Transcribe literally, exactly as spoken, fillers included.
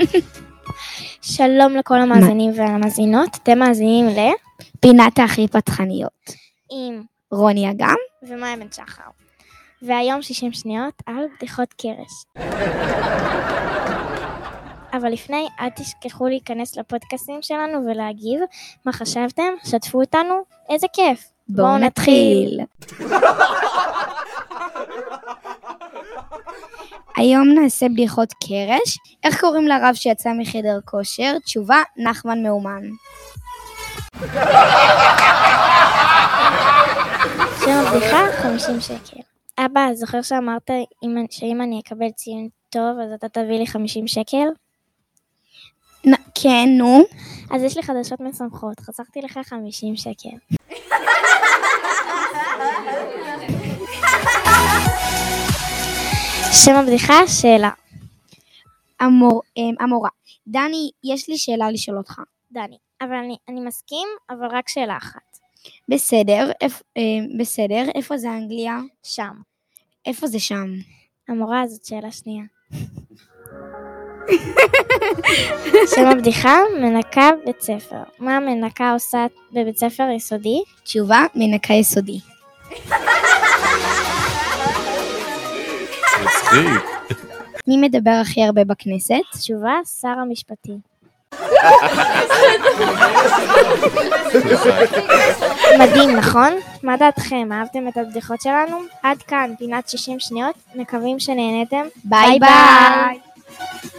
שלום לכל המאזינים והמאזינות, אתם מאזינים ל... פינת הכי פתחניות. עם רוני אגם. ומאיה בן שחר. והיום שישים שניות על בדיחות קרש. אבל לפני, אל תשכחו להיכנס לפודקאסטים שלנו ולהגיב מה חשבתם, שתפו אותנו, איזה כיף. בואו, בואו נתחיל. היום נעשה בדיחות קרש. איך קוראים לרב שיצא מחדר כושר? תשובה, נחמן מאומן. שם הבדיחה, חמישים שקל. אבא, זוכר שאמרת שאם אני אקבל ציון טוב, אז אתה תביא לי חמישים שקל? נ, כן, נו. אז יש לי חדשות משמחות, חסכתי לך חמישים שקל. שם הבדיחה, שאלה. אמור, אמורה, דני, יש לי שאלה לשאול אותך. דני, אבל אני, אני מסכים, אבל רק שאלה אחת. בסדר, איפ, אה, בסדר, איפה זה אנגליה? שם. איפה זה שם? אמורה, זאת שאלה שנייה. שם הבדיחה, מנקה בית ספר. מה המנקה עושה בבית ספר יסודי? תשובה, מנקה יסודי. מי מדבר הכי הרבה בכנסת? תשובה, שר המשפטי. מדהים, נכון? מה דעתכם? אהבתם את הבדיחות שלנו? עד כאן פינת שישים שניות, מקווים שנהנתם. ביי ביי.